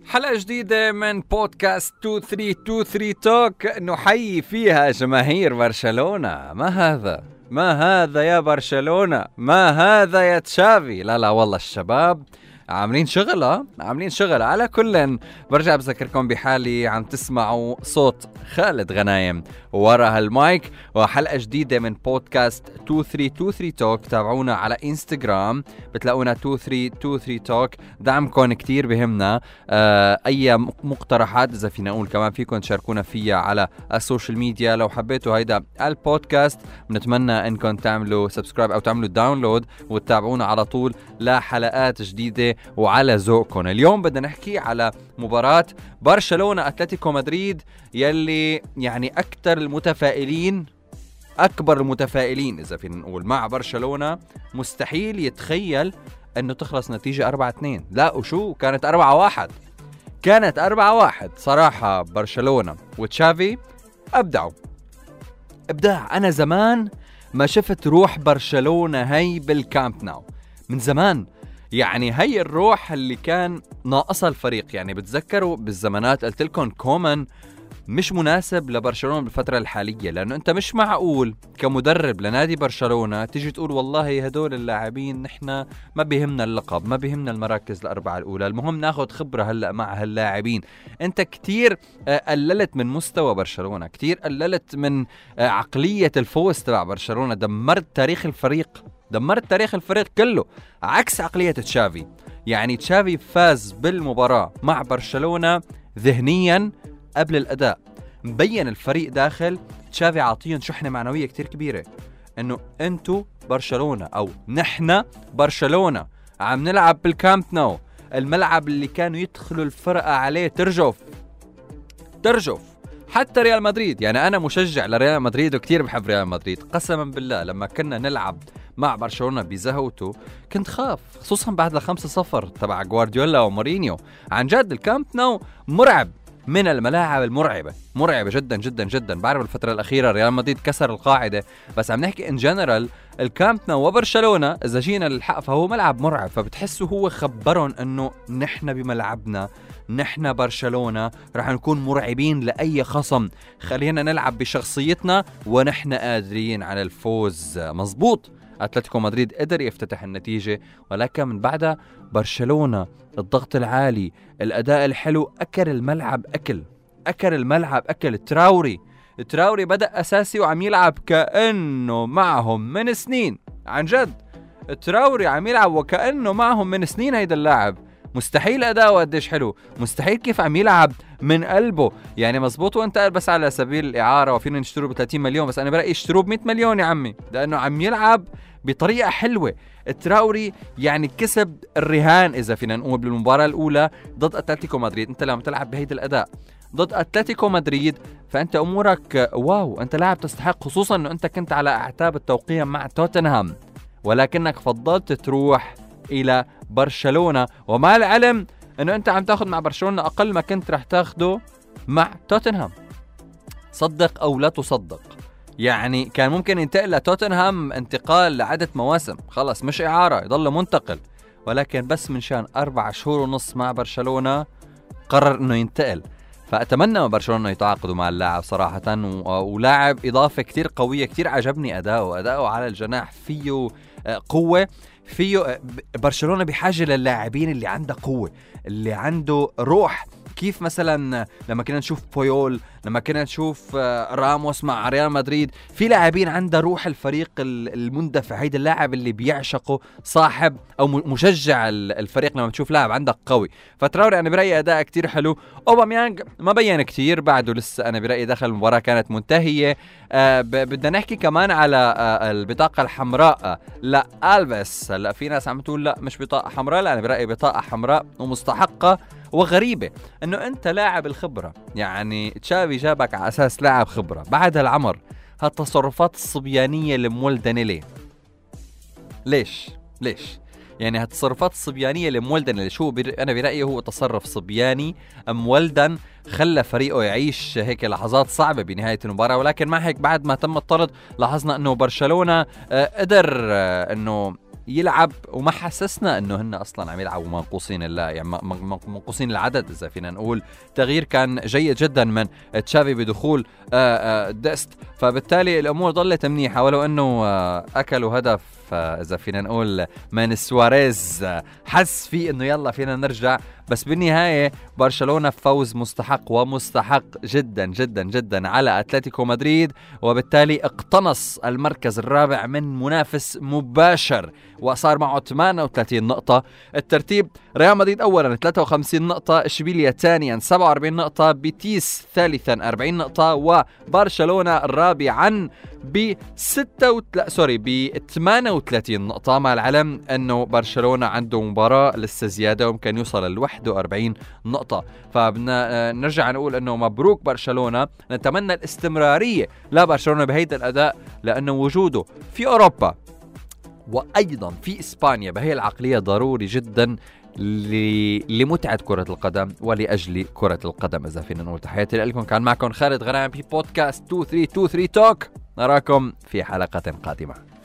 حلقة جديدة من بودكاست 2323 توك نحيي فيها جماهير برشلونة. ما هذا يا برشلونة؟ ما هذا يا تشافي؟ لا والله الشباب عاملين شغل. على كل برجع بذكركم بحالي عم تسمعوا صوت خالد غنايم ورا هالمايك، وحلقة جديدة من بودكاست 2323 توك. تابعونا على انستغرام بتلاقونا 2323 توك. دعمكم كتير بهمنا. اي مقترحات اذا فينا نقول كمان فيكم تشاركونا فيها على السوشيال ميديا. لو حبيتوا هيدا البودكاست بنتمنى انكم تعملوا سبسكرايب او تعملوا داونلود وتتابعونا على طول لحلقات جديدة وعلى ذوقكم. اليوم بدنا نحكي على مباراة برشلونة أتلتيكو مدريد، يلي يعني أكبر المتفائلين إذا فينا نقول مع برشلونة مستحيل يتخيل أنه تخلص نتيجة 4-2. لا وشو كانت 4-1 صراحة. برشلونة وتشافي أبدعوا إبداع. أنا زمان ما شفت روح برشلونة هاي بالكامب ناو من زمان. يعني هي الروح اللي كان ناقصها الفريق. يعني بتذكروا بالزمانات قلت لكم كومان مش مناسب لبرشلونة بالفترة الحالية، لأنه أنت مش معقول كمدرب لنادي برشلونة تيجي تقول والله هدول اللاعبين نحنا ما بيهمنا اللقب، ما بيهمنا المراكز الأربعة الأولى، المهم ناخد خبرة هلأ مع هاللاعبين. أنت كتير قللت من مستوى برشلونة، كتير قللت من عقلية الفوز تبع برشلونة، دمرت تاريخ الفريق كله، عكس عقلية تشافي. يعني تشافي فاز بالمباراة مع برشلونة ذهنيا قبل الأداء، مبين الفريق داخل تشافي عاطيهم شحنة معنوية كتير كبيرة انه انتو برشلونة او نحن برشلونة عم نلعب بالكامب نو، الملعب اللي كانوا يدخلوا الفرقة عليه ترجف. حتى ريال مدريد، يعني انا مشجع لريال مدريد وكتير بحب ريال مدريد، قسما بالله لما كنا نلعب مع برشلونة بزهوته كنت خاف، خصوصا بعد 5-0 تبع غوارديولا ومورينيو. عن جد الكامب نو مرعب، من الملاعب مرعبة جدا جدا جدا. بعرف الفترة الأخيرة ريال مدريد كسر القاعدة، بس عم نحكي إن جنرال الكامب نو وبرشلونة إذا جينا للحق فهو ملعب مرعب. فبتحسوا هو خبرهم أنه نحن بملعبنا، نحن برشلونة رح نكون مرعبين لأي خصم، خلينا نلعب بشخصيتنا ونحن قادرين على الفوز. مزبوط، أتلتيكو مدريد قدر يفتتح النتيجة، ولكن من بعدها برشلونة الضغط العالي، الأداء الحلو أكل الملعب أكل. تراوري بدأ أساسي وعم يلعب كأنه معهم من سنين. عن جد تراوري عم يلعب وكأنه معهم من سنين. هيدا اللاعب مستحيل أداؤه قديش حلو، مستحيل كيف عم يلعب من قلبه. يعني مزبوط وانت بس على سبيل الإعارة وفينا نشتروه ب30 مليون، بس أنا برأيي اشتروه ب100 مليون يا عمي، لأنه عم يلعب بطريقة حلوة. التراوري يعني كسب الرهان إذا فينا نقول بالمباراة الأولى ضد أتلتيكو مدريد. أنت لما تلعب بهيدا الأداء ضد أتلتيكو مدريد فأنت أمورك واو، أنت لاعب تستحق، خصوصا أنه أنت كنت على أعتاب التوقيع مع توتنهام ولكنك فضلت تروح إلى برشلونة، ومع العلم أنه أنت عم تاخد مع برشلونة أقل ما كنت رح تاخده مع توتنهام. صدق أو لا تصدق، يعني كان ممكن ينتقل لتوتنهام انتقال لعدة مواسم، خلص مش إعارة، يضل منتقل، ولكن بس من شان 4 شهور ونص مع برشلونة قرر أنه ينتقل. فأتمنى من برشلونة يتعاقدوا مع اللاعب صراحة، ولاعب إضافة كتير قوية. كتير عجبني أداؤه على الجناح، فيه قوة، فيه برشلونة بحاجة للاعبين اللي عنده قوة، اللي عنده روح. كيف مثلا لما كنا نشوف بويول، لما كنا نشوف راموس مع ريال مدريد، في لاعبين عنده روح الفريق المندفع. هيدا اللاعب اللي بيعشقه صاحب او مشجع الفريق لما تشوف لاعب عندك قوي. فتراوري انا برأيي اداء كتير حلو. اوباميانغ ما بين كتير بعده، لسه انا برأيي دخل المباراة كانت منتهية. بدنا نحكي كمان على البطاقة الحمراء لا ألفيس. هلا في ناس عم تقول لا مش بطاقة حمراء، لا انا برأيي بطاقة حمراء ومستحقة وغريبة، انه انت لاعب الخبرة. يعني تشافي جابك على اساس لاعب خبرة بعد هالعمر، هالتصرفات الصبيانية المولدنة ليش يعني هالتصرفات الصبيانية المولدنة شو انا برأيي هو تصرف صبياني مولدن، خلى فريقه يعيش هيك لحظات صعبة بنهاية المباراة. ولكن مع هيك بعد ما تم الطرد لاحظنا انه برشلونة قدر انه يلعب وما حسسنا انه هن اصلا عم يلعبوا منقوصين يعني منقوصين العدد اذا فينا نقول. تغيير كان جيد جدا من تشافي بدخول ديست، فبالتالي الامور ضلت منيحه، ولو انه اكلوا هدف اذا فينا نقول من سواريز حس فيه انه يلا فينا نرجع. بس بالنهايه برشلونه فوز مستحق ومستحق جدا جدا جدا على اتلتيكو مدريد، وبالتالي اقتنص المركز الرابع من منافس مباشر وصار معه 38 نقطه. الترتيب ريال مدريد اولا 53 نقطه، اشبيليا ثانيا 47 نقطه، بيتيس ثالثا 40 نقطه، وبرشلونه رابعا ب 38 نقطة، مع العلم أنه برشلونة عنده مباراة لسه زيادة وممكن يوصل ل 41 نقطة. فبدنا نرجع نقول أنه مبروك برشلونة، نتمنى الاستمرارية لبرشلونة بهيدا الأداء، لأنه وجوده في أوروبا وأيضا في إسبانيا بهي العقلية ضروري جدا لمتعة كرة القدم ولأجل كرة القدم. إذا فينا نقول تحياتي لكم، كان معكم خالد غنام في بودكاست 2323 توك، نراكم في حلقة قادمة.